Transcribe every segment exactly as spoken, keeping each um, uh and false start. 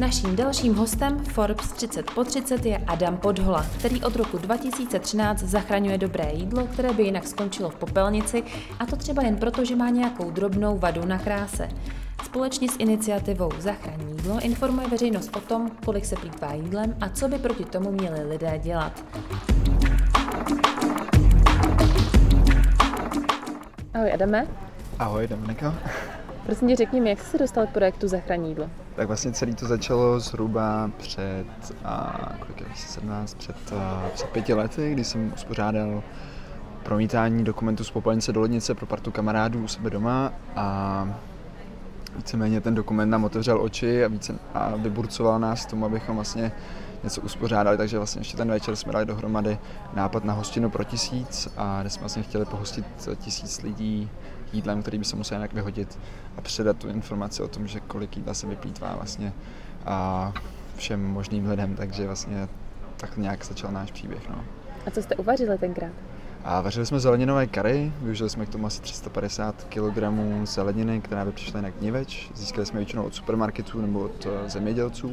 Naším dalším hostem Forbes třicet po třicet je Adam Podhola, který od roku dva tisíce třináct zachraňuje dobré jídlo, které by jinak skončilo v popelnici, a to třeba jen proto, že má nějakou drobnou vadu na kráse. Společně s iniciativou Zachraň jídlo informuje veřejnost o tom, kolik se plýtvá jídlem a co by proti tomu měli lidé dělat. Ahoj Adame. Ahoj Dominiko. Prosím tě, řekni mi, jak jsi se dostal k projektu Zachraň jídlo? Tak vlastně celý to začalo zhruba před, a, kolik je, sedmnáct, před, a, před pěti lety, kdy jsem uspořádal promítání dokumentu z popelnice do lednice pro partu kamarádů u sebe doma a víceméně ten dokument nám otevřel oči a, více, a vyburcoval nás k tomu, abychom vlastně něco uspořádali, takže vlastně ještě ten večer jsme dali dohromady nápad na hostinu pro tisíc, a kde jsme vlastně chtěli pohostit tisíc lidí jídlem, který by se musel nějak vyhodit a předat tu informaci o tom, že kolik jídla se vyplýtvá vlastně a všem možným lidem, takže vlastně tak nějak začal náš příběh. No. A co jste uvařili tenkrát? A vařili jsme zeleninové kary, využili jsme k tomu asi tři sta padesát kilogramů zeleniny, která by přišla jinak niveč. Získali jsme většinou od supermarketů nebo od zemědělců.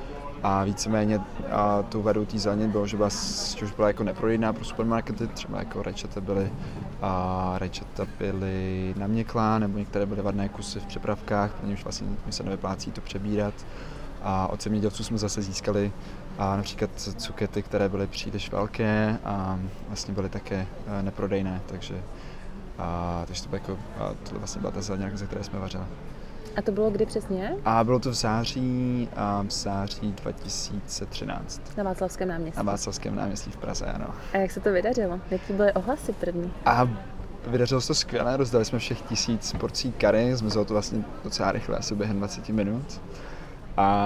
A víceméně a tou vadou té zeleniny bylo, že, byla, že už byla jako neprodejná pro supermarkety, třeba jako rajčata byly, a rajčata byly naměklá, nebo některé byly vadné kusy v přepravkách, protože už vlastně mi se nevyplácí to přebírat. A od zemědělců jsme zase získali a například cukety, které byly příliš velké a vlastně byly také neprodejné, takže, a, takže to, bylo jako, a to vlastně byla ta zelenina, ze které jsme vařili. A to bylo kdy přesně? A bylo to v září, a v září dva tisíce třináct. Na Václavském náměstí. Na Václavském náměstí v Praze, ano. A jak se to vydařilo? Jaký byly ohlasy první? A vydařilo se to skvěle, rozdali jsme všech tisíc porcí kary, zmizelo to vlastně docela rychle, asi během dvacet minut. A,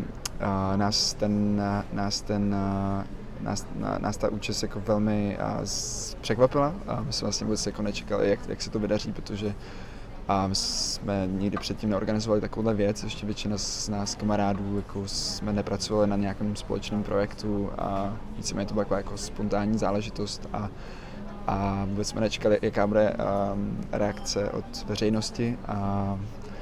a nás ten, nás ten, nás, nás ta účast jako velmi z, překvapila a my jsme vlastně vůbec jako nečekali, jak, jak se to vydaří, protože a my jsme nikdy předtím neorganizovali takovouhle věc, ještě většina z nás kamarádů jako jsme nepracovali na nějakém společném projektu a víceméně to byla taková jako spontánní záležitost a, a vůbec jsme nečekali, jaká bude um, reakce od veřejnosti, a,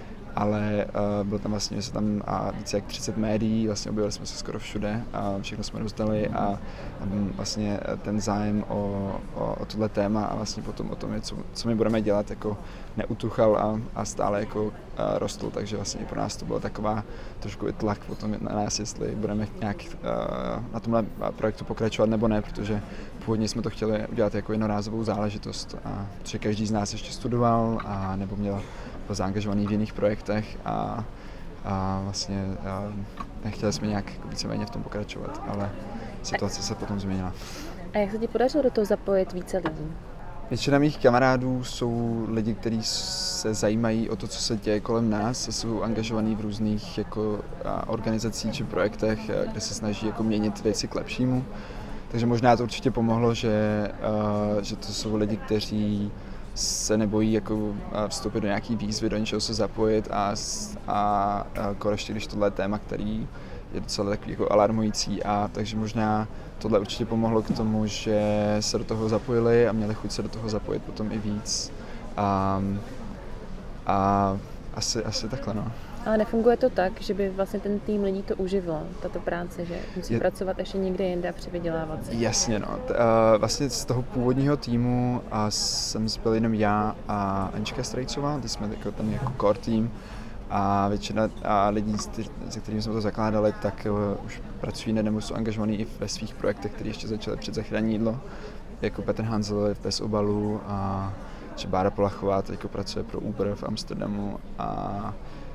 ale uh, byl tam vlastně, se tam a více jak třicet médií, vlastně objevili jsme se skoro všude a všechno jsme rozdali a, a vlastně ten zájem o, o, o tohle téma a vlastně potom o tom, co, co my budeme dělat, jako neutuchal a, a stále jako uh, rostl, takže vlastně pro nás to bylo taková trošku i tlak potom na nás, jestli budeme nějak uh, na tomhle projektu pokračovat nebo ne, protože původně jsme to chtěli udělat jako jednorázovou záležitost, a protože každý z nás ještě studoval a nebo měl byl zaangažovaný v jiných projektech a, a vlastně a nechtěli jsme nějak víceméně v tom pokračovat, ale situace se potom změnila. A jak se ti podařilo do toho zapojit více lidí? Většina mých kamarádů jsou lidi, kteří se zajímají o to, co se děje kolem nás, a jsou angažovaní v různých jako organizacích či projektech, kde se snaží jako měnit věci k lepšímu. Takže možná to určitě pomohlo, že, že to jsou lidi, kteří se nebojí jako vstoupit do nějaký výzvy, do něčeho se zapojit a, a, a ještě když tohle je téma, který je docela takový jako alarmující, a takže možná tohle určitě pomohlo k tomu, že se do toho zapojili a měli chuť se do toho zapojit potom i víc. A, a asi, asi takhle, no. Ale nefunguje to tak, že by vlastně ten tým lidí to uživilo, tato práce, že musí je, pracovat ještě někde jinde a přivydělávat se? Jasně, no. T, uh, vlastně z toho původního týmu uh, jsem byl jenom já a Anička Strejcová, ty jsme jako ten jako core tým, a většina a lidí, se kterými jsme to zakládali, tak uh, už pracují nebo jsou angažovaní i ve svých projektech, které ještě začaly před Zachraň jídlo, jako Petr Hanzel v Bez obalu, a třeba Bára Polachová, teď jako pracuje pro Uber v Amsterdamu, a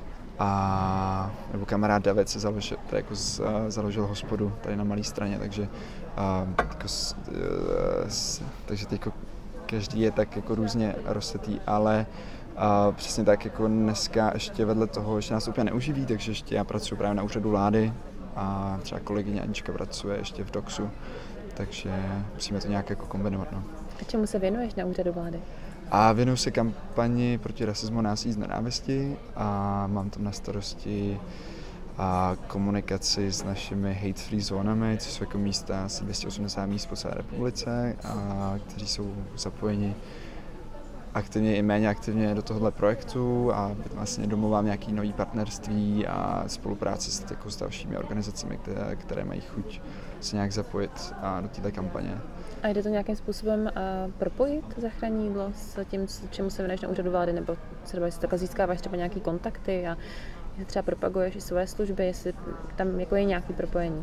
a nebo kamarád David se založil, jako z, založil hospodu tady na Malé Straně, takže a, jako, s, s, takže teď jako každý je tak jako různě rozsetý, ale a, přesně tak jako dneska ještě vedle toho, že nás úplně neuživí, takže ještě já pracuji právě na úřadu vlády a třeba kolegyně Anička pracuje ještě v Doxu, takže musíme to nějak jako kombinovat. No. A čemu se věnuješ na úřadu vlády? A věnuju se kampani proti rasismu a násilí z nenávisti a mám tam na starosti a komunikaci s našimi hate-free zónami, což jsou jako místa, asi dvě stě osmdesát míst po celé republice, a kteří jsou zapojeni aktivně i méně aktivně do tohohle projektu a vlastně domluvám nějaký nový partnerství a spolupráce s, jako s dalšími organizacemi, které, které mají chuť se nějak zapojit a do této kampaně. A jde to nějakým způsobem uh, propojit záchranné jídlo s tím, čemu se věnuješ na úřadu vlády, nebo třeba jestli takhle získáváš třeba nějaký kontakty a jestli třeba propaguješ i své služby, jestli tam jako je nějaké propojení?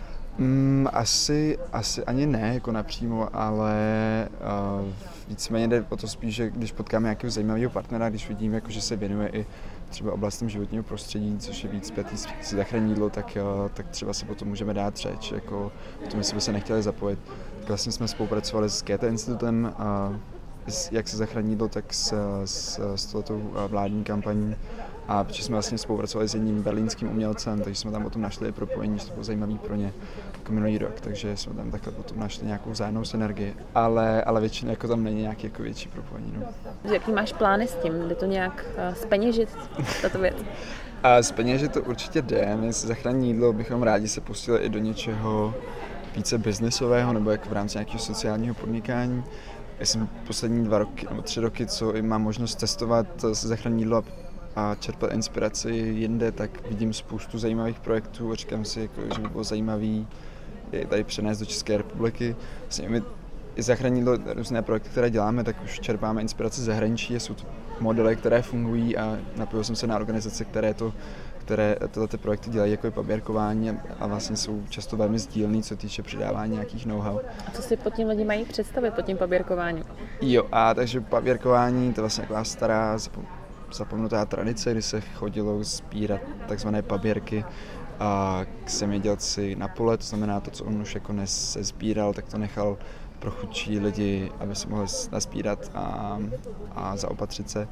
Mm, asi, asi ani ne, jako napřímo, ale uh, víceméně jde o to spíš, že když potkáme nějakého zajímavého partnera, když vidím, jako, že se věnuje i třeba oblastem životního prostředí, což je víc pětý si záchranné jídlo, tak, uh, tak třeba si potom můžeme dát řeč, jako o tom, jestli by se nechtěli zapojit. Tak vlastně jsme spolupracovali s Goethe institutem, uh, jak se záchranné jídlo, tak s, s, s touto vládní kampaní. A protože jsme vlastně spolupracovali s jedním berlínským umělcem, takže jsme tam potom našli propojení, že to bylo zajímavé pro ně jako minulý rok, takže jsme tam takhle potom našli nějakou vzájemnou synergii, ale, ale většinou jako tam není nějaký jako větší propojení. No. Jaký máš plány s tím? Jde to nějak uh, zpeněžit, tato věc? A zpeněžit to určitě jde, my se záchranné jídlo bychom rádi se pustili i do něčeho více biznesového nebo jako v rámci nějakého sociálního podnikání. Já jsem poslední dva roky nebo tři roky, co mám možnost testovat se záchranné jídlo a čerpat inspiraci jinde, tak vidím spoustu zajímavých projektů a říkám si, jako, že by bylo zajímavý je tady přenést do České republiky. Vlastně my i záchranné jídlo, různé projekty, které děláme, tak už čerpáme inspiraci z zahraničí, jsou to modely, které fungují a napojil jsem se na organizace, které to které tyhle ty projekty dělají, jako je paběrkování a vlastně jsou často velmi sdílný, co týče předávání nějakých know-how. A co si pod tím lidi mají představit, pod tím paběrkováním? Jo, a takže paběrkování, to je vlastně taková stará zapomenutá tradice, kdy se chodilo sbírat takzvané paběrky a k zemědělci na pole, to znamená to, co on už jako nesbíral, tak to nechal pro chudší lidi, aby se mohli nasbírat a, a zaopatřit se.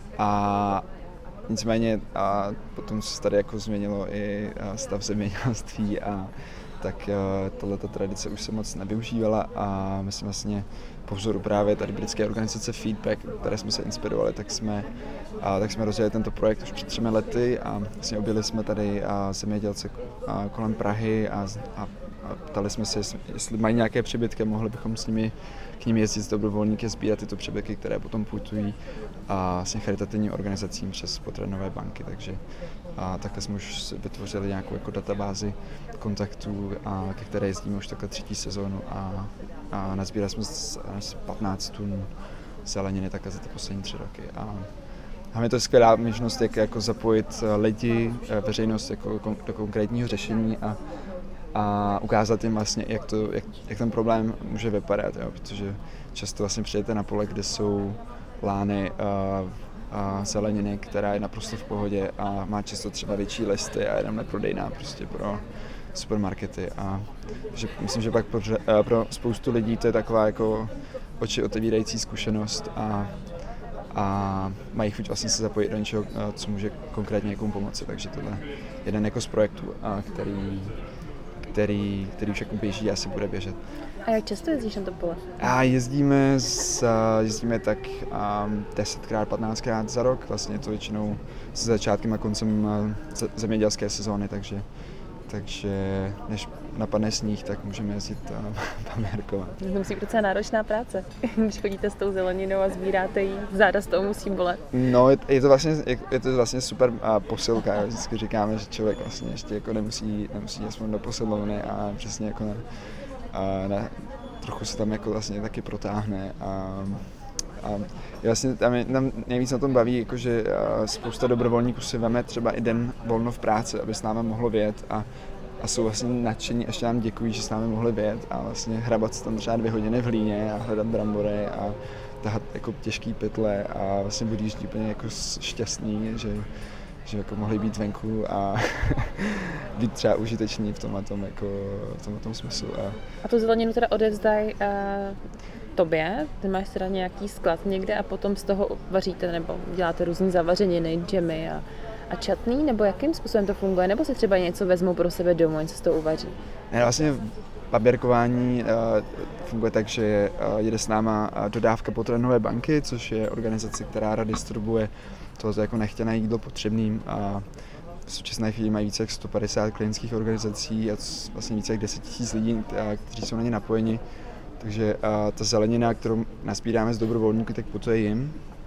A nicméně a potom se tady jako změnilo i stav zemědělství a tak tato tradice už se moc nevyužívala a my jsme vlastně po vzoru právě tady britské organizace Feedback, které jsme se inspirovali, tak jsme, a, tak jsme rozjeli tento projekt už před třemi lety a vlastně objeli jsme tady a zemědělce a kolem Prahy a, a, a ptali jsme se, jestli, jestli mají nějaké přebytky, mohli bychom s nimi k nim jezdit s dobrovolníky, sbírat tyto přebytky, které potom putují a vlastně charitativním organizacím přes potravinové banky, takže a takhle jsme už vytvořili nějakou jako databázi kontaktů, a, ke které jezdíme už takhle třetí sezónu a, a nazbírali jsme asi patnáct tun zeleniny takhle za ty poslední tři roky. A máme to skvělá možnost, jak jako zapojit lidi, veřejnost jako do konkrétního řešení a, a ukázat jim vlastně, jak, to, jak, jak ten problém může vypadat, jo, protože často vlastně přijdete na pole, kde jsou lány uh, a zeleniny, která je naprosto v pohodě a má často třeba větší listy a je tam neprodejná prostě pro supermarkety. A že myslím, že pak pro, pro spoustu lidí to je taková jako oči otevírající zkušenost a, a mají chuť vlastně se zapojit do něčeho, co může konkrétně někomu pomoci. Takže tohle je jeden jako z projektů, který, který, který už jako běží a asi bude běžet. A jak často jezdíš na to pole? A jezdíme, z, jezdíme tak um, desetkrát, patnáctkrát za rok, vlastně to většinou se začátkem a koncem zemědělské sezóny, takže, takže než napadne sníh, tak můžeme jezdit a pamérkovat. To musí být docela náročná práce, když chodíte s tou zeleninou a sbíráte ji, záda z toho musí bolet. No, je, je, to, vlastně, je, je to vlastně super a posilka, vždycky říkáme, že člověk vlastně ještě jako nemusí, nemusí aspoň do posilovny a přesně jako na, a na, trochu se tam jako vlastně taky protáhne a, a vlastně tam, je, tam nejvíc na tom baví, jako že spousta dobrovolníků si veme třeba i den volno v práci, aby s námi mohlo vyjet a, a jsou vlastně nadšení, ještě nám děkují, že s námi mohli vyjet a vlastně hrabat se tam třeba dvě hodiny v hlíně a hledat brambory a tahat jako těžký pytle a vlastně odjíždí úplně jako šťastný, že že jako mohli být venku a být třeba užiteční v tomhle tom, jako, v tomhle tom smyslu. A... a tu zeleninu teda odevzdají uh, tobě, ty máš teda nějaký sklad někde a potom z toho vaříte nebo děláte různý zavařeniny, džemy a, a čatný, nebo jakým způsobem to funguje, nebo si třeba něco vezmou pro sebe domů, něco z toho uvaří? Ne, vlastně paběrkování uh, funguje tak, že uh, jede s náma dodávka potravinové banky, což je organizace, která redistribuuje tohle jako nechtěné jídlo potřebným a v současné chvíli mají více jak sto padesát klientských organizací a vlastně více jak deset tisíc lidí, kteří jsou na ně napojeni. Takže ta zelenina, kterou nasbíráme z dobrovolníky, tak putuje jim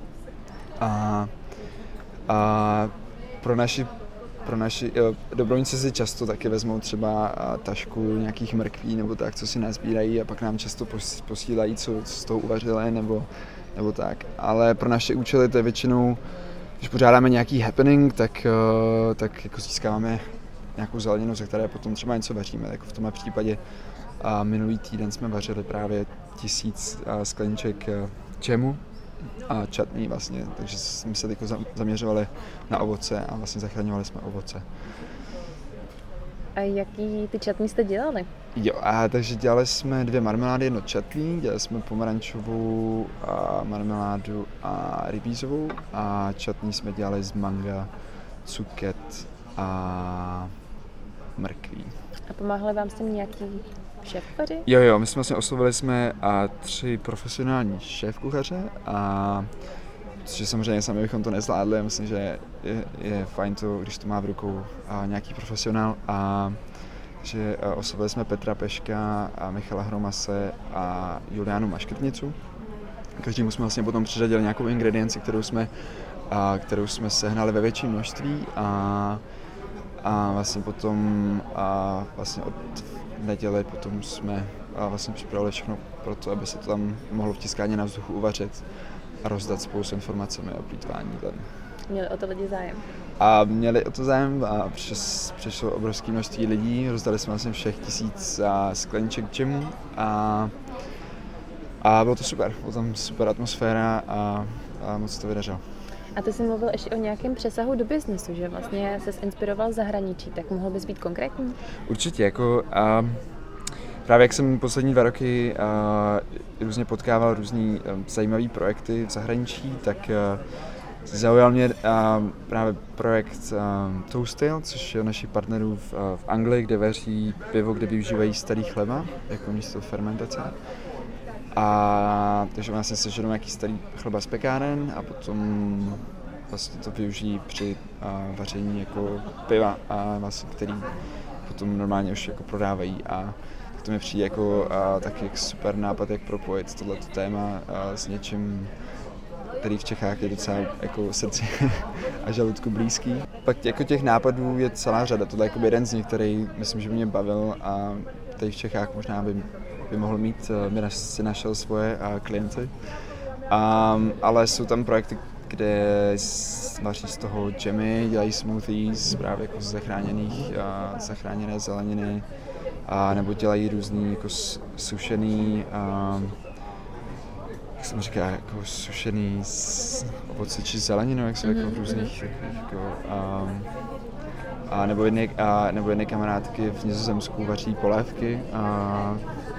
A, a pro naši Pro naši jo, dobrovolníci si často taky vezmou třeba tašku nějakých mrkví nebo tak, co si nazbírají a pak nám často posílají, co z toho uvařili nebo, nebo tak. Ale pro naše účely to je většinou, když pořádáme nějaký happening, tak, tak jako získáváme nějakou zeleninu, ze které potom třeba něco vaříme. Jako v tomhle případě a minulý týden jsme vařili právě tisíc skleniček džemu a čatní vlastně, takže jsme se jako zaměřovali na ovoce a vlastně zachraňovali jsme ovoce. A jaký ty čatní jste dělali? Jo, a takže dělali jsme dvě marmelády, jedno čatní, dělali jsme pomerančovou a marmeládu a rybízovou a čatní jsme dělali z manga, cuket a mrkví. A pomáhali vám s tím nějaký šéfkuchaři? Jo, jo, my jsme vlastně oslovili jsme a tři profesionální šéfkuchaře a protože samozřejmě sami bychom to nezvládli, myslím, že je, je fajn to, když to má v rukou a nějaký profesionál a že oslovili jsme Petra Peška a Michala Hromase a Juliánu Maškrtnicu. Každému jsme vlastně potom přiřadili nějakou ingredienci, kterou jsme, a, kterou jsme sehnali ve větším množství a, a vlastně potom a vlastně od neděli potom jsme a vlastně připravili všechno pro to, aby se to tam mohlo v tiskárně na vzduchu uvařit a rozdat spolu s informacemi o plýtvání tady. Měli o to lidi zájem? A měli o to zájem a přes, přišlo obrovské množství lidí, rozdali jsme vlastně všech tisíc skleniček džemu a, a bylo to super, byla tam super atmosféra a, a moc to vydařilo. A ty jsi mluvil ještě o nějakém přesahu do biznesu, že vlastně ses inspiroval v zahraničí, tak mohl bys být konkrétní? Určitě, jako a, právě jak jsem poslední dva roky a, různě potkával různý a, zajímavý projekty v zahraničí, tak a, zaujal mě a, právě projekt a, Toastel, což je našich partnerů v, a, v Anglii, kde vaří pivo, kde využívají starý chleba jako místo fermentace. A takže vlastně seženou nějaký starý chleba z pekáren a potom vlastně to využijí při a, vaření jako piva, a vlastně, který potom normálně už jako prodávají a to mi přijde jako a, taky super nápad, jak propojit tohleto téma a, s něčím, který v Čechách je docela jako srdci a žaludku blízký. Pak jako těch nápadů je celá řada, tohle je jako jeden z nich, který myslím, že by mě bavil a tady v Čechách možná by by mohl mít, by si našel svoje klienty. Um, ale jsou tam projekty, kde vaří z toho džemy, dělají smoothies právě jako z zachráněných, uh, zachráněné zeleniny, a nebo dělají různý jako sušený, um, jak se říká, jako sušený z ovoce či zeleninu, jak jsou mm-hmm. jako v různých jako, um, a nebo jedné, a nebo jedné kamarádky v Nizozemsku vaří polévky a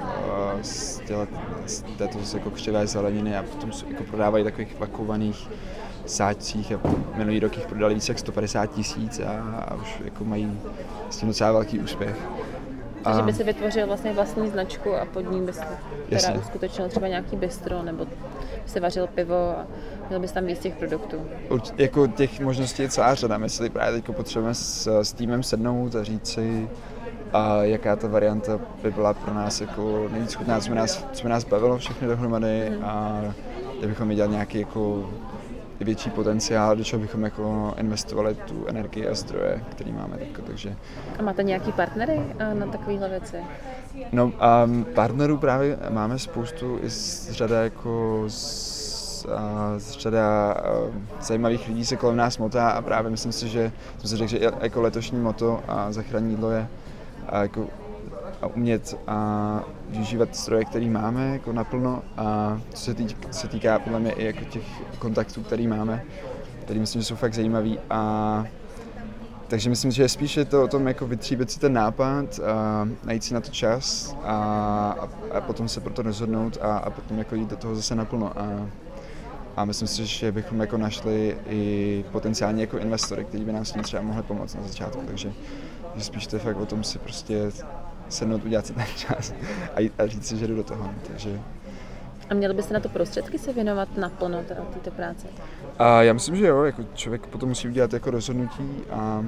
z, dělat, z této jako křivé zeleniny a potom jako prodávají takových vakovaných sáčcích a minulý rok jich prodali více jak sto padesát tisíc a, a už jako mají s tím docela velký úspěch. Takže by si vytvořil vlastně vlastní značku a pod ní bys teda uskutečnil třeba nějaký bistro nebo si vařil pivo a měl bys tam víc těch produktů. Urč, jako těch možností je celá řada. My si právě teď potřebujeme s, s týmem sednout a říct si, a jaká ta varianta by byla pro nás jako nejvíc chutná, co by nás, co by nás bavilo všechny dohromady mm. a kdybychom viděli nějaký jako větší potenciál, do čeho bychom jako investovali tu energii a zdroje, který máme teď, takže. A máte nějaký partnery na takovéhle věci? No um, partnerů právě máme spoustu i z řada jako z, a, z řada uh, zajímavých lidí se kolem nás motá a právě myslím si, že jsem si řekl, že jako letošní moto a Zachraň jídlo je a jako a umět a využívat stroje, které máme jako naplno a co se, týk, se týká podle mě i jako těch kontaktů, které máme, které myslím, že jsou fakt zajímavý a takže myslím, že spíš je to o tom jako vytříbit si ten nápad a najít si na to čas a, a, a potom se pro to rozhodnout a, a potom jako jít do toho zase naplno a, a myslím si, že bychom jako našli i potenciálně jako investory, kteří by nám s tím třeba mohli pomoct na začátku, takže že spíš to je fakt o tom si prostě sednout, udělat si ten čas a, a říct si, že jdu do toho. Takže. A měl byste na to prostředky se věnovat naplno této práce? A já myslím, že jo, jako člověk potom musí udělat jako rozhodnutí a,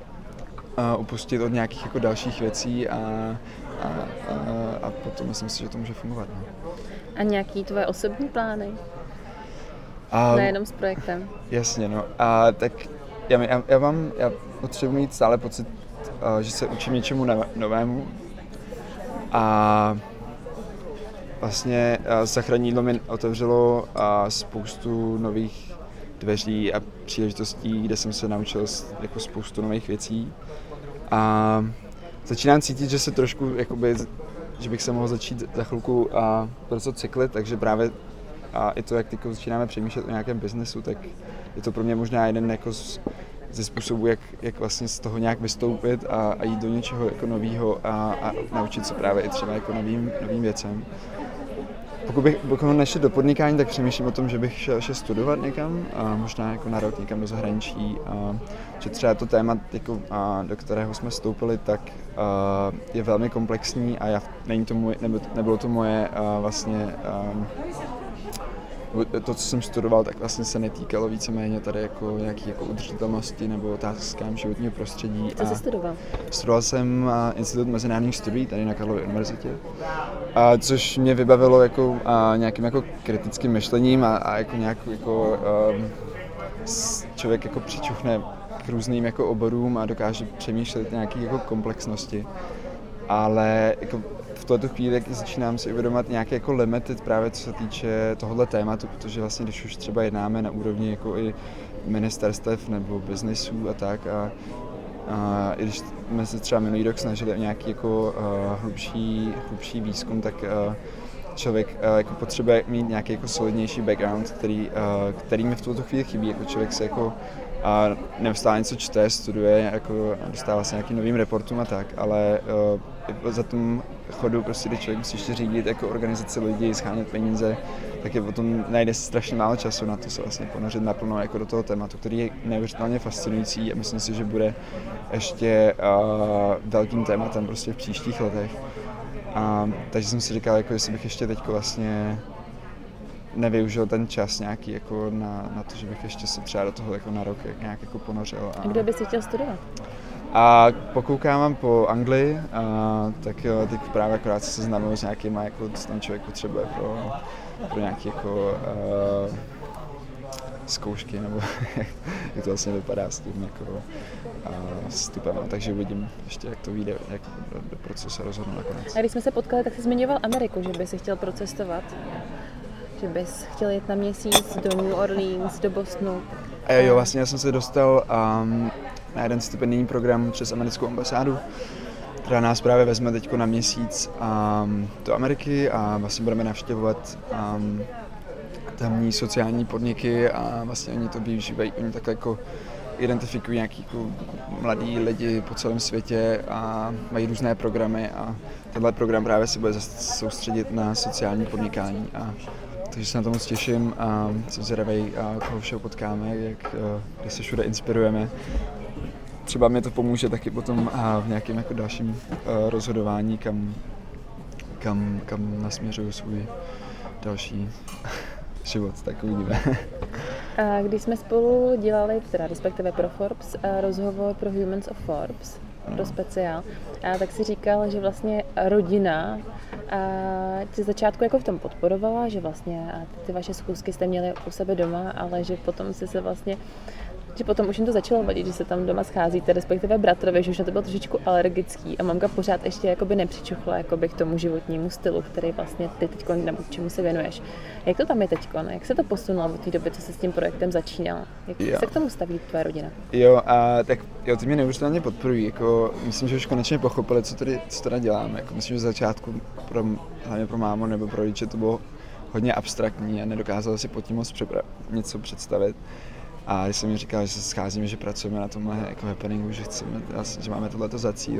a upustit od nějakých jako dalších věcí a, a, a, a potom myslím si, že to může fungovat. No. A nějaký tvoje osobní plány? A nejenom s projektem. Jasně, no. A tak já, já, já mám, já potřebuji mít stále pocit, uh, že se učím něčemu novému. A vlastně uh, Zachraň jídlo mi otevřelo uh, spoustu nových dveří a příležitostí, kde jsem se naučil jako spoustu nových věcí. A začínám cítit, že se trošku, jakoby, že bych se mohl začít za chvilku a prostě cyklit, takže právě a i to, jak teď začínáme přemýšlet o nějakém biznesu, tak je to pro mě možná jeden jako z, ze způsobů, jak, jak vlastně z toho nějak vystoupit a, a jít do něčeho jako nového a, a naučit se právě i třeba jako novým, novým věcem. Pokud bych pokud nešel do podnikání, tak přemýšlím o tom, že bych šel, šel studovat někam, a možná jako na rok někam do zahraničí. A že třeba to téma, jako, a, do kterého jsme vstoupili, tak a, je velmi komplexní a já, není to můj, nebo, nebylo to moje a, vlastně a, to, co jsem studoval, tak vlastně se netýkalo víceméně tady jako nějaký jako udržitelnosti nebo otázkám životního prostředí. Co jsi studoval? Studoval jsem Institut mezinárodních studií tady na Karlově univerzitě, a, což mě vybavilo jako, a, nějakým jako kritickým myšlením a, a jako nějak jako um, člověk jako přičuchne k různým jako oborům a dokáže přemýšlet nějaký jako komplexnosti. Ale jako v této chvíli začínám si uvědomovat nějaké jako limity právě co se týče tohohle tématu, protože vlastně když už třeba jednáme na úrovni jako i ministerstev nebo biznesů a tak a, a i když jsme se třeba minulý rok snažili o nějaký jako uh, hlubší, hlubší výzkum, tak uh, člověk uh, jako potřebuje mít nějaký jako solidnější background, který, uh, který mi v tuto chvíli chybí, jako člověk se jako a neustále něco čte, studuje, jako dostává se nějakým novým reportům a tak, ale uh, za tom chodu, prostě, když člověk musí ještě řídit jako organizace lidí, schánět peníze, tak je potom najde strašně málo času na to se vlastně ponořit naplno jako do toho tématu, který je neuvěřitelně fascinující a myslím si, že bude ještě uh, velkým tématem prostě v příštích letech. A, takže jsem si říkal, jako, jestli bych ještě teďko vlastně nevyužil ten čas nějaký jako na, na to, že bych ještě se třeba do toho jako na rok nějak jako ponořil. A, a kde bys chtěl studovat? A pokoukávám po Anglii, a tak jo, teď právě akorát se seznamuji s nějakýma, jako, co tam člověk potřebuje pro, pro nějaké jako, uh, zkoušky, nebo jak to vlastně vypadá s tím jako, uh, vstupem. Takže uvidím ještě, jak to vyjde, jak do, do procesu se rozhodnu nakonec. A když jsme se potkali, tak jsi zmiňoval Ameriku, že bys si chtěl procestovat. Že bys chtěl jít na měsíc do New Orleans, do Bostonu. A jo, vlastně já jsem se dostal um, na jeden stipendijní program přes americkou ambasádu, která nás právě vezme teďko na měsíc um, do Ameriky a vlastně budeme navštěvovat um, tamní sociální podniky a vlastně oni to využívají, oni takhle jako identifikují nějaký jako mladí lidi po celém světě a mají různé programy a tenhle program právě se bude soustředit na sociální podnikání. A takže se na to moc těším a jsem zvědavý, koho všeho potkáme, jak, kde se všude inspirujeme. Třeba mě to pomůže taky potom v nějakém jako dalším rozhodování, kam, kam, kam nasměřuju svůj další život, tak uvidíme. A když jsme spolu dělali, teda respektive pro Forbes, rozhovor pro Humans of Forbes, pro speciál, a tak si říkal, že vlastně rodina a ty začátku jako v tom podporovala, že vlastně a ty vaše schůzky jste měli u sebe doma, ale že potom si se vlastně, že potom už jim to začalo vadit, že se tam doma scházíte, respektive bratrově, že už na to byl trošičku alergický a mamka pořád ještě jakoby nepřičuchla jakoby k tomu životnímu stylu, který vlastně ty teďko, nebo čemu se věnuješ. Jak to tam je teďko? Jak se to posunulo od té doby, co se s tím projektem začínal? Jak jo. se k tomu staví tvoje rodina? Jo, a tak jo, ty mě neuvěřitelně podporují. Jako, myslím, že už konečně pochopili, co tady, co tady děláme. Jako, myslím, že z začátku, pro, hlavně pro mámu nebo pro rodiče, to bylo hodně abstraktní a nedokázalo si pod tím moc přepra- něco představit. A když jsem mi říkal, že se scházíme, že pracujeme na tomhle jako happeningu, že, chceme, že máme tohleto za cíl.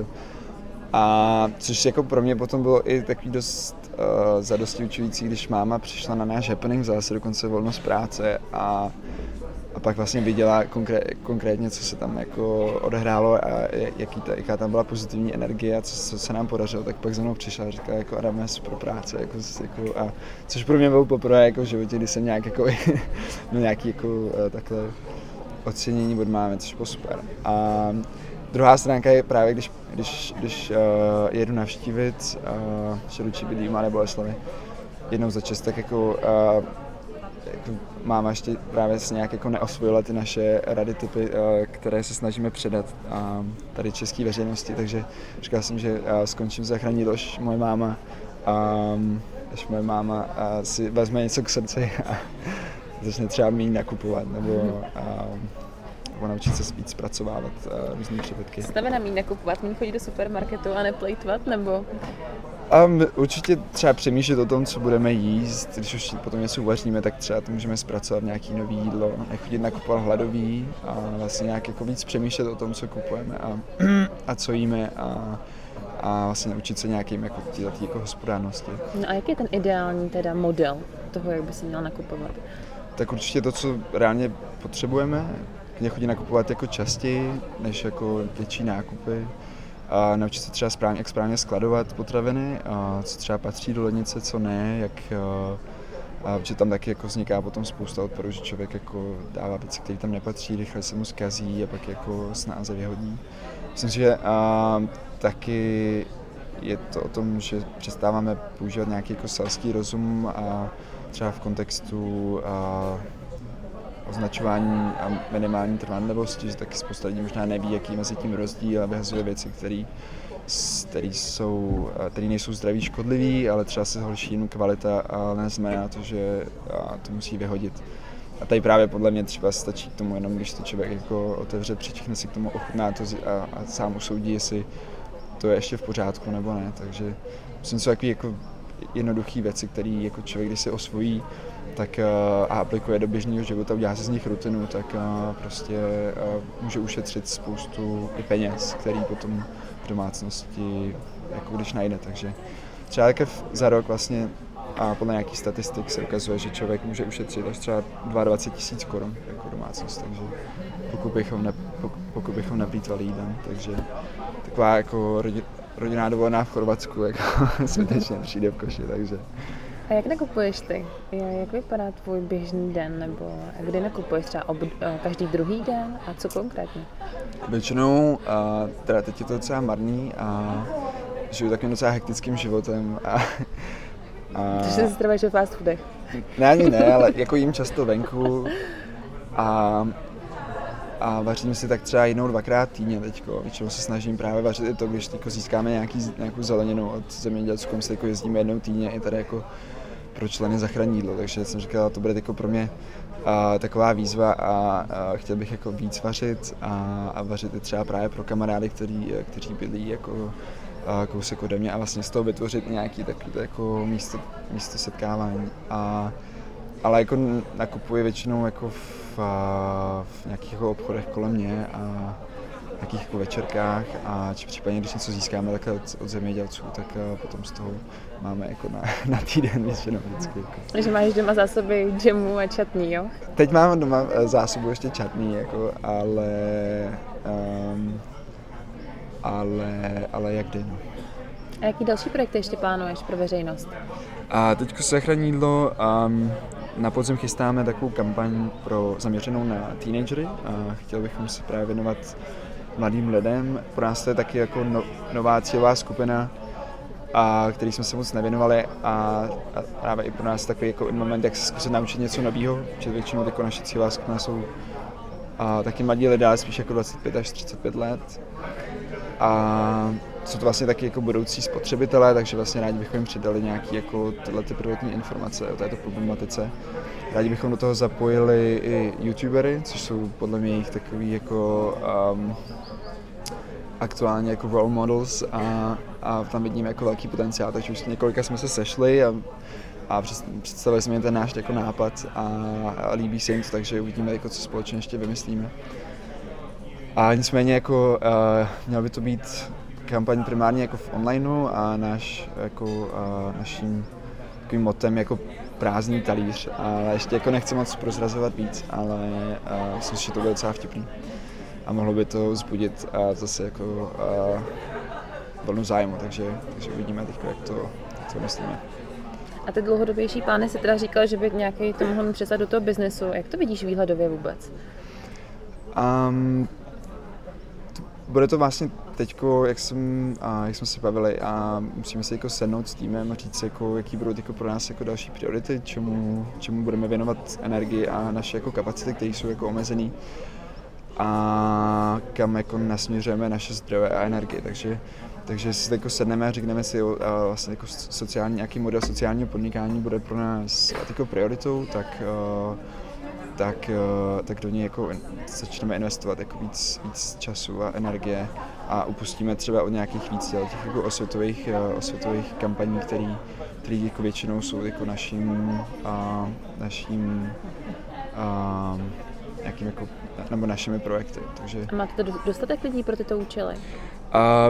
A což jako pro mě potom bylo i takový dost uh, zadostiučující, když máma přišla na náš happening, vzala si dokonce volno z práce a, a pak vlastně viděla konkré, konkrétně, co se tam jako odehrálo a jaký ta, jaká tam byla pozitivní energie a co, co se nám podařilo, tak pak za mnou přišla a říkala, jako Adam, je super práce, jako, jako, a což pro mě bylo poprvé jako v životě, kdy jsem nějak jako, no nějaký jako takhle ocenění od mámy, což bylo super. A druhá stránka je právě, když, když, když uh, jedu navštívit uh, Šeručí bydlí v Mladé Boleslavi jednou za čas, tak jako uh, jako máma ještě právě se nějak jako neosvojila ty naše rady typy, které se snažíme předat tady české veřejnosti, takže říkal jsem, že skončím záchranný jídlo, až moje máma, až moje máma si vezme něco k srdci a začne třeba méně nakupovat, nebo nebo naučit se víc zpracovávat různý přebytky. Co znamená méně nakupovat? Méně chodit do supermarketu a neplejtvat, nebo? Um, určitě třeba přemýšlet o tom, co budeme jíst, když už potom něco uvaříme, tak třeba to můžeme zpracovat nějaký nový jídlo, nechodit nakupovat hladový a vlastně nějak jako víc přemýšlet o tom, co kupujeme a, a co jíme a, a vlastně naučit se nějakým jako tíletý jako hospodárnosti. No a jaký je ten ideální teda model toho, jak by se měl nakupovat? Tak určitě to, co reálně potřebujeme, nechodit nakupovat jako častěji, než jako větší nákupy. A naučit se třeba správně, jak správně skladovat potraviny, a co třeba patří do lednice, co ne, jak, a, protože tam taky jako vzniká potom spousta odporů, že člověk jako dává věci, které tam nepatří, rychle se mu zkazí a pak jako snáze vyhodí. Myslím si, že a, taky je to o tom, že přestáváme používat nějaký jako selský rozum a třeba v kontextu a, označování a minimální trvanlivosti, že taky spousta lidí možná neví, jaký mezi tím rozdíl a vyhazuje věci, které jsou, které nejsou zdraví, škodlivý, ale třeba se zhorší jim kvalita, ale neznamená to, že to musí vyhodit. A tady právě podle mě třeba stačí k tomu jenom, když to člověk jako otevře, přičichne si k tomu, ochutná to a, a sám usoudí, jestli to je ještě v pořádku nebo ne. Takže myslím, jsou takové jako jednoduché věci, které jako člověk, když si osvojí, tak a aplikuje do běžného života, udělá se z nich rutinu, tak prostě může ušetřit spoustu i peněz, který potom v domácnosti jako když najde. Takže třeba za rok vlastně a podle nějakých statistik se ukazuje, že člověk může ušetřit až třeba dvacet dva tisíc korun jako domácnost, takže pokud bychom, ne, pokud bychom neplýtvali jídlem, takže taková jako rodinná dovolená v Chorvatsku jako skutečně přijde v koši, takže. A jak nakupuješ ty? Jak vypadá tvůj běžný den? Nebo kdy nakupuješ třeba ob, každý druhý den? A co konkrétně? Většinou, a teda teď je to docela marný a žiju takovým docela hektickým životem. A, a... Což se stravuješ ve fast foodech? Ne, ani ne, ale jako jím často venku a, a vařím si tak třeba jednou, dvakrát týdně teďko. Většinou se snažím právě vařit i to, když získáme nějaký, nějakou zeleninu od zemědělců, my se jako jezdíme jednou týdně i tady jako pro členy záchranné jídlo, takže jsem říkal, to bude jako pro mě a, taková výzva a, a chtěl bych jako víc vařit a, a vařit i třeba právě pro kamarády, který, kteří bydlí jako a, kousek ode mě a vlastně z toho vytvořit nějaký takový jako místo, místo setkávání. A, ale jako nakupuji většinou jako v, a, v nějakých jako obchodech kolem mě a v nějakých jako večerkách a či případně, když něco získáme takhle od, od zemědělců, tak potom z toho máme jako na, na týden většinou vždycky. Jako. Takže máš doma zásoby džemu a čatní, jo? Teď mám doma zásobu ještě čatní, jako, ale, um, ale, ale jak jde. No. A jaký další projekty ještě plánuješ pro veřejnost? A teďko se záchranné jídlo. Um, Na podzim chystáme takovou kampaň pro zaměřenou na teenagery a chtěl bychom se právě věnovat mladým lidem. Pro nás to je taky jako no, nová cílová skupina, a který jsme se moc nevěnovali a, a právě i pro nás takový jako moment, jak se zkusit naučit něco nového, protože většinou jako naše cílová skupina jsou a, taky mladí lidé, ale spíš jako dvacet pět až třicet pět let. A jsou to vlastně taky jako budoucí spotřebitelé, takže vlastně rádi bychom jim přidali nějaké jako tyhle ty prvotní informace o této problematice. Rádi bychom do toho zapojili i youtubery, což jsou podle mě jich takový jako um, aktuálně jako role models a, a tam vidím jako velký potenciál, takže už několika jsme se sešli a, a představili jsme jim ten náš jako nápad a, a líbí se jim to, takže uvidíme, jako, co společně ještě vymyslíme. A nicméně jako uh, mělo by to být kampaň primárně jako v onlineu a náš jako uh, naším takovým motem jako prázdný talíř, ale ještě jako nechci moc prozrazovat víc, ale uh, myslím si, že to bude docela vtipný a mohlo by to vzbudit uh, zase jako uh, vlnu zájmu, takže, takže uvidíme teď, jak to, jak to myslíme. A ty dlouhodobější plány si teda říkal, že by nějaký to mohl přesat do toho biznesu. Jak to vidíš výhledově vůbec? Um, bude to vlastně teďko, jak, jsem, a jak jsme si bavili a musíme se jako sednout s týmem a říct, jako, jaký budou jako pro nás jako další priority, čemu, čemu budeme věnovat energii a naše jako kapacity, které jsou jako omezený a kam jako nasměřujeme naše zdroje a energie. Takže, takže si jako sedneme a řekneme si, a vlastně jako sociální, nějaký model sociálního podnikání bude pro nás jako prioritou, tak tak, tak do něj jako začneme investovat jako víc, víc času a energie a upustíme třeba od nějakých víc těch jako osvětových, osvětových kampaní, který, který jako většinou jsou jako naším, a, naším a, nějakým jako, nebo našimi projekty. Takže, a máte dostatek lidí pro tyto účely? A,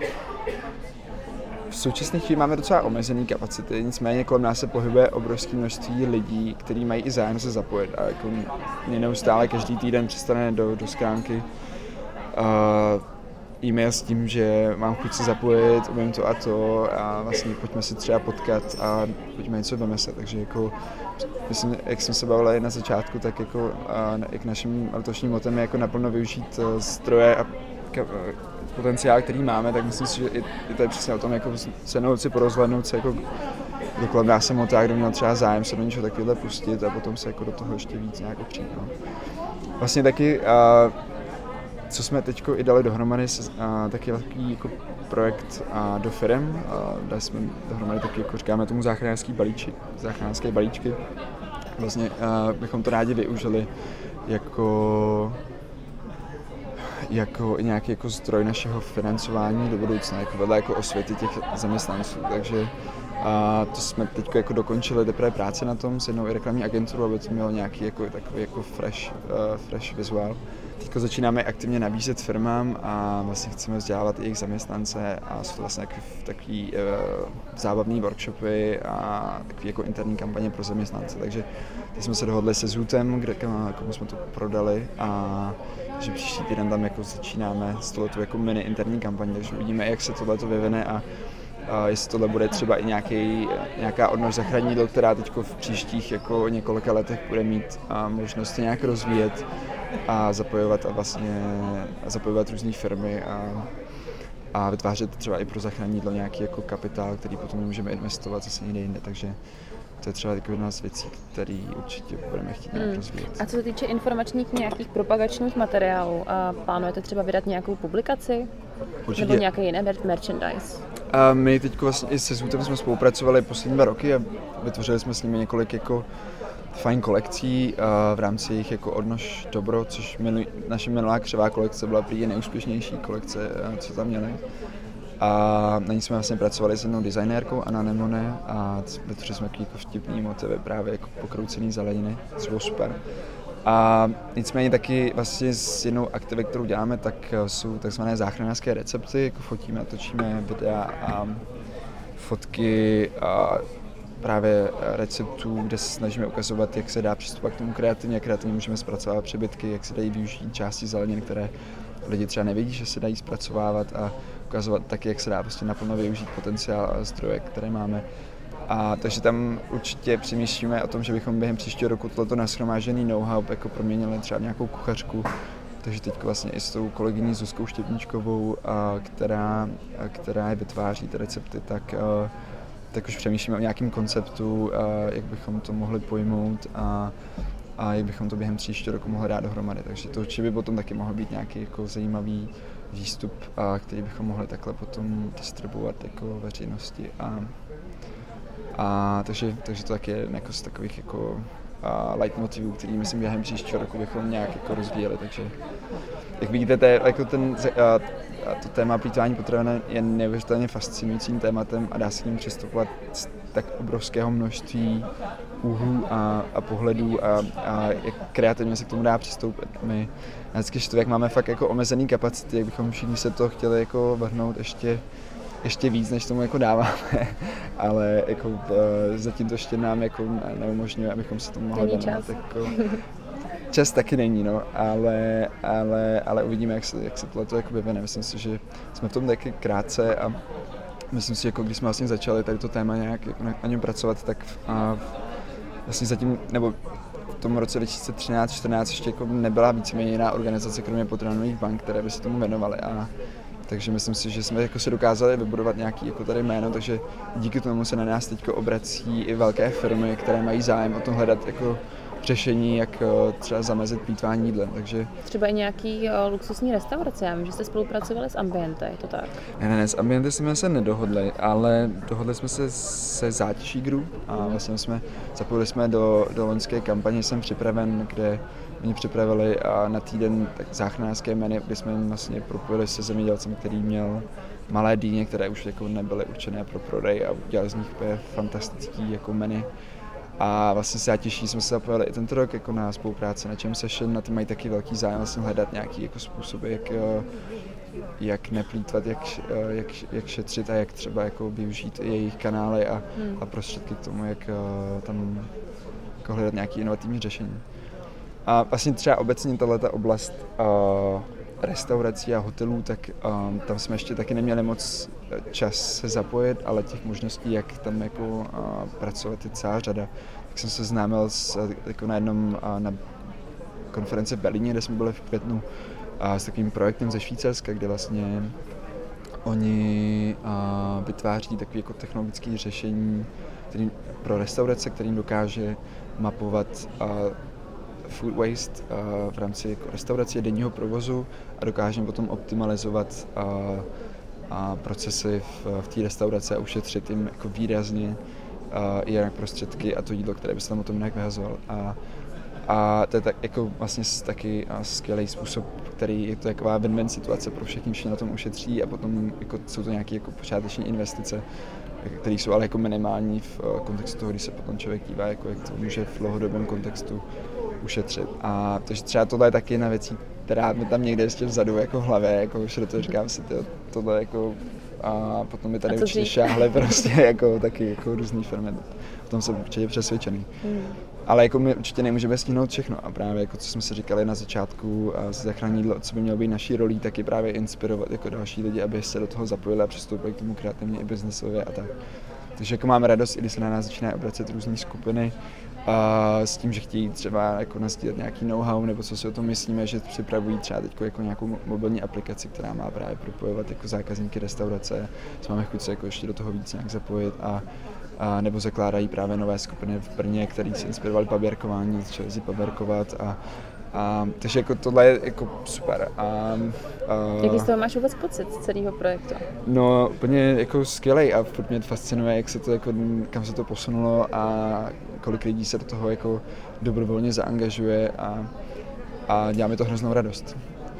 v současné chvíli máme docela omezený kapacity, nicméně kolem nás se pohybuje obrovské množství lidí, kteří mají i zájem se zapojit a jako mě neustále každý týden přistane do, do schránky uh, e-mail s tím, že mám chuť se zapojit, umím to a to a vlastně pojďme se třeba potkat a pojďme něco vymyslet, takže jako myslím, jak jsme se bavili na začátku, tak jako uh, jak naším letošním motem je jako naplno využít uh, zdroje a potenciál, který máme, tak myslím si, že i, i to je přesně o tom, jako sednout si, porozhlednout se, jako kdo kolem nás se motá, kdo měl třeba zájem se do něčeho takového pustit a potom se jako do toho ještě víc nějak opřít. No. Vlastně taky, a, co jsme teď i dali dohromady, a, taky velký jako projekt a, do firem, a, dali jsme dohromady taky, jako říkáme tomu záchranářský balíčky, záchranářské balíčky. Vlastně a, bychom to rádi využili jako jako nějaký jako zdroj našeho financování do budoucna, jako vedle jako osvěty těch zaměstnanců. Takže a to jsme teď jako dokončili teprve práce na tom s jednou i reklamní agenturou, aby to mělo nějaký jako, takový jako fresh, uh, fresh vizuál. Teď začínáme aktivně nabízet firmám a vlastně chceme vzdělávat i jejich zaměstnance a jsou to vlastně takový uh, zábavný workshopy a takový jako interní kampaně pro zaměstnance. Takže teď jsme se dohodli se Zootem, kde komu jsme to prodali a že příští týden tam jako začínáme s tohletou jako mini interní kampaní, takže uvidíme, jak se tohleto vyvine a, a jestli tohle bude třeba i nějaký, nějaká odnož zachrání jídlo, která teď v příštích jako několika letech bude mít a možnost nějak rozvíjet a zapojovat a vlastně a zapojovat různé firmy a, a vytvářet třeba i pro zachrání jídlo nějaký jako kapitál, který potom můžeme investovat zase někde jinde, takže to je třeba jedna z věcí, které určitě budeme chtít nějak hmm. rozvíjet. A co se týče informačních nějakých propagačních materiálů, a plánujete třeba vydat nějakou publikaci? Určitě. Nebo nějaký jiný merchandise? A my teď vlastně i se Zootem jsme spolupracovali poslední dva roky a vytvořili jsme s nimi několik jako fajn kolekcí v rámci jejich jako odnož dobro, což minulý, naše minulá křivá kolekce byla prý nejúspěšnější kolekce, co tam měli. A na ní jsme vlastně pracovali s jednou designérkou, Anna Nemone, a vytvořili jsme jako vtipný motivy, právě jako pokroucený zeleniny, což bylo super. A nicméně taky vlastně s jednou aktivitou, kterou děláme, tak jsou takzvané záchranářské recepty, jako fotíme a točíme videa a fotky a právě receptů, kde se snažíme ukazovat, jak se dá přistupovat k tomu kreativně, kreativně můžeme zpracovat přebytky, jak se dají využít části zelenin, které lidi třeba nevědí, že se dají zpracovávat a ukazovat taky, jak se dá prostě naplno využít potenciál a zdroje, které máme. A takže tam určitě přemýšlíme o tom, že bychom během příštího roku tohleto nashromážený know-how jako proměnili třeba nějakou kuchařku. Takže teď vlastně i s tou kolegyní Zuzkou Štěpníčkovou, a která, a která je vytváří ty recepty, tak, a, tak už přemýšlíme o nějakém konceptu, a jak bychom to mohli pojmout a, a jak bychom to během příštího roku mohli dát dohromady. Takže to určitě by potom taky mohl být nějaký jako zajímavý výstup, a, který bychom mohli takhle potom distribuovat jako veřejnosti. A, a takže, takže to taky je jako z takových jako a leitmotivů, který myslím během příštího roku bychom nějak jako rozvíjeli, takže jak vidíte, to, je, jako ten, a, a to téma plýtvání potravin je neuvěřitelně fascinujícím tématem a dá se k ním přistupovat z tak obrovského množství úhlů a, a pohledů a, a jak kreativně se k tomu dá přistoupit. My vždycky čtu, jak máme fakt jako omezený kapacity, jak bychom všichni se to chtěli jako vrhnout ještě ještě víc, než tomu jako dáváme, ale jako uh, zatím to ještě nám jako neumožňuje, abychom se tomu mohli věnovat. Jako, čas taky není, no, ale, ale, ale uvidíme, jak se, jak se tohleto jako vyvine. Myslím si, že jsme v tom taky krátce a myslím si, že jako když jsme vlastně začali tady to téma nějak jako na, na něm pracovat, tak a vlastně zatím, nebo tom roce dva tisíce třináct čtrnáct ještě jako nebyla víceméně jiná organizace, kromě potravinových bank, které by se tomu věnovaly. A takže myslím si, že jsme jako si dokázali vybudovat nějaký jako tady jméno, takže díky tomu se na nás teď obrací i velké firmy, které mají zájem o tom hledat jako řešení, jak třeba zamezit plýtvání jídlem. Takže... Třeba i nějaký o, luxusní restaurace, já vím, že jste spolupracovali s Ambiente, je to tak? Ne, ne, ne, s Ambiente jsme se nedohodli, ale dohodli jsme se se Zátiší Group a vlastně jsme zapojili jsme do, do loňské kampaně Jsem připraven, kde oni připravili na týden tak záchranářské menu, kde jsme vlastně propojili se zemědělcem, který měl malé dýně, které už jako nebyly určené pro prodej a udělali z nich fantastický jako menu. A vlastně se já těší, jsme se zapojili i tento rok jako na spolupráci na Jam Session, na ty mají taky velký zájem vlastně hledat nějaký jako způsoby, jak, jak neplýtvat, jak, jak, jak šetřit a jak třeba jako využít i jejich kanály a, hmm. a prostředky k tomu, jak tam jako hledat nějaké inovativní řešení. A vlastně třeba obecně tato oblast uh, restaurací a hotelů, tak um, tam jsme ještě taky neměli moc čas se zapojit, ale těch možností, jak tam jako uh, pracovat, je celá řada. Tak jsem se známil s, jako na jednom uh, na konferenci v Berlíně, kde jsme byli v květnu, uh, s takovým projektem ze Švýcarska, kde vlastně oni uh, vytváří takové jako technologické řešení který, pro restaurace, kterým dokáže mapovat uh, food waste uh, v rámci jako restaurace denního provozu a dokážeme potom optimalizovat uh, uh, procesy v, v té restauraci a ušetřit jim jako výrazně uh, jinak prostředky a to jídlo, které by se tam o tom jinak vyhazoval. A, a to je tak, jako vlastně taky uh, skvělý způsob, který je to taková win-win situace pro všechny, všichni na tom ušetří a potom jako, jsou to nějaké jako počáteční investice, které jsou ale jako minimální v uh, kontextu toho, když se potom člověk dívá, jako jak to může v dlouhodobém kontextu ušetřit. A takže třeba tohle je taky jedna věcí, která mi tam někde ještě vzadu jako v hlavě, jako už do toho říkám si, tyjo, tohle jako a potom mi tady určitě šáhly prostě jako taky jako různý firmy. O tom jsem určitě přesvědčený. Hmm. Ale jako my určitě nemůžeme stihnout všechno a právě jako co jsme si říkali na začátku z záchranné jídlo, co by mělo být naší rolí, taky právě inspirovat jako další lidi, aby se do toho zapojili a přistoupili k tomu kreativně i biznesově a tak. Takže jako máme radost, i když se na nás začínají obracet různé skupiny a s tím, že chtějí třeba jako nasdílet nějaký know-how, nebo co si o tom myslíme, že připravují třeba teď jako nějakou mobilní aplikaci, která má právě propojovat jako zákazníky restaurace, co máme chuť se jako ještě do toho víc nějak zapojit a, a nebo zakládají právě nové skupiny v Brně, které se inspirovaly paběrkování, začali si paběrkovat a A, takže jako tohle je jako super. A, a, Jaký z toho máš vůbec pocit z celého projektu? No úplně jako skvělej a furt mě fascinuje, jak se to jako, kam se to posunulo a kolik lidí se do toho jako dobrovolně zaangažuje a, a dělá mi to hroznou radost.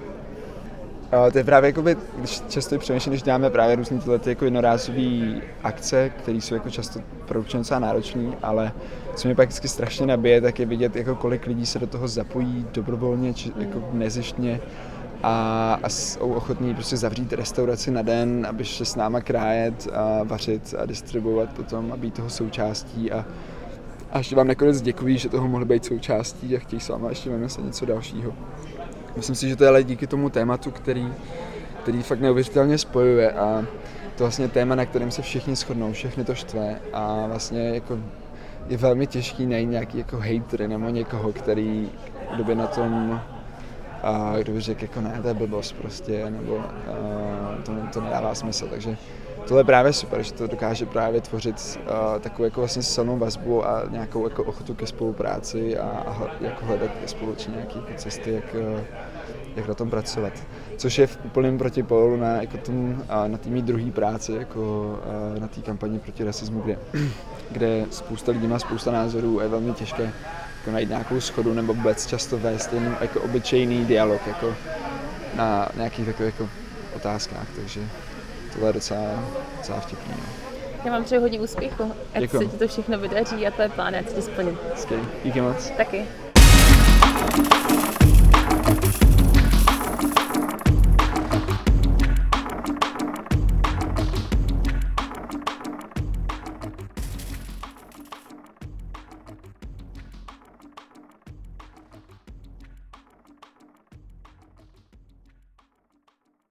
A to je právě jakoby, když často přemýšlím, když děláme právě různé tyhle jako jednorázové akce, které jsou jako často produkčně docela náročné, ale co mě pak vždycky strašně nabije, tak je vidět, jako kolik lidí se do toho zapojí dobrovolně, či jako nezištně a, a jsou ochotní prostě zavřít restauraci na den, aby šli s náma krájet a vařit a distribuovat potom a být toho součástí a, a ještě vám nakonec děkuji, že toho mohli být součástí a chtějí s váma ještě vymyslet něco dalšího. Myslím si, že to je ale díky tomu tématu, který, který fakt neuvěřitelně spojuje a to vlastně téma, na kterém se všichni shodnou, všechny to štve a vlastně jako je velmi těžký najít nějaký jako hatery nebo někoho, který kdo by na tom, a kdo by řekl jako ne, to je blbost prostě, nebo a, to, to nedává smysl, takže tohle je právě super, že to dokáže právě tvořit uh, takovou jako vlastně silnou vazbu a nějakou jako ochotu ke spolupráci a, a jako hledat společně nějaké jako cesty, jak, uh, jak na tom pracovat. Což je v úplném protipólu na, jako tom, uh, na té mý druhé práci, jako uh, na té kampani proti rasismu, kde, kde spousta lidí má spousta názorů a je velmi těžké jako najít nějakou shodu nebo vůbec často vést jen jako obyčejný dialog jako na nějakých takových jako otázkách, takže tohle je docela, docela vtipný. Já vám přeju hodně úspěchu, ať Děkuji. Se ti to všechno vydaří a tvé plány, ať se ti splní. Skvělý, díky moc. Taky.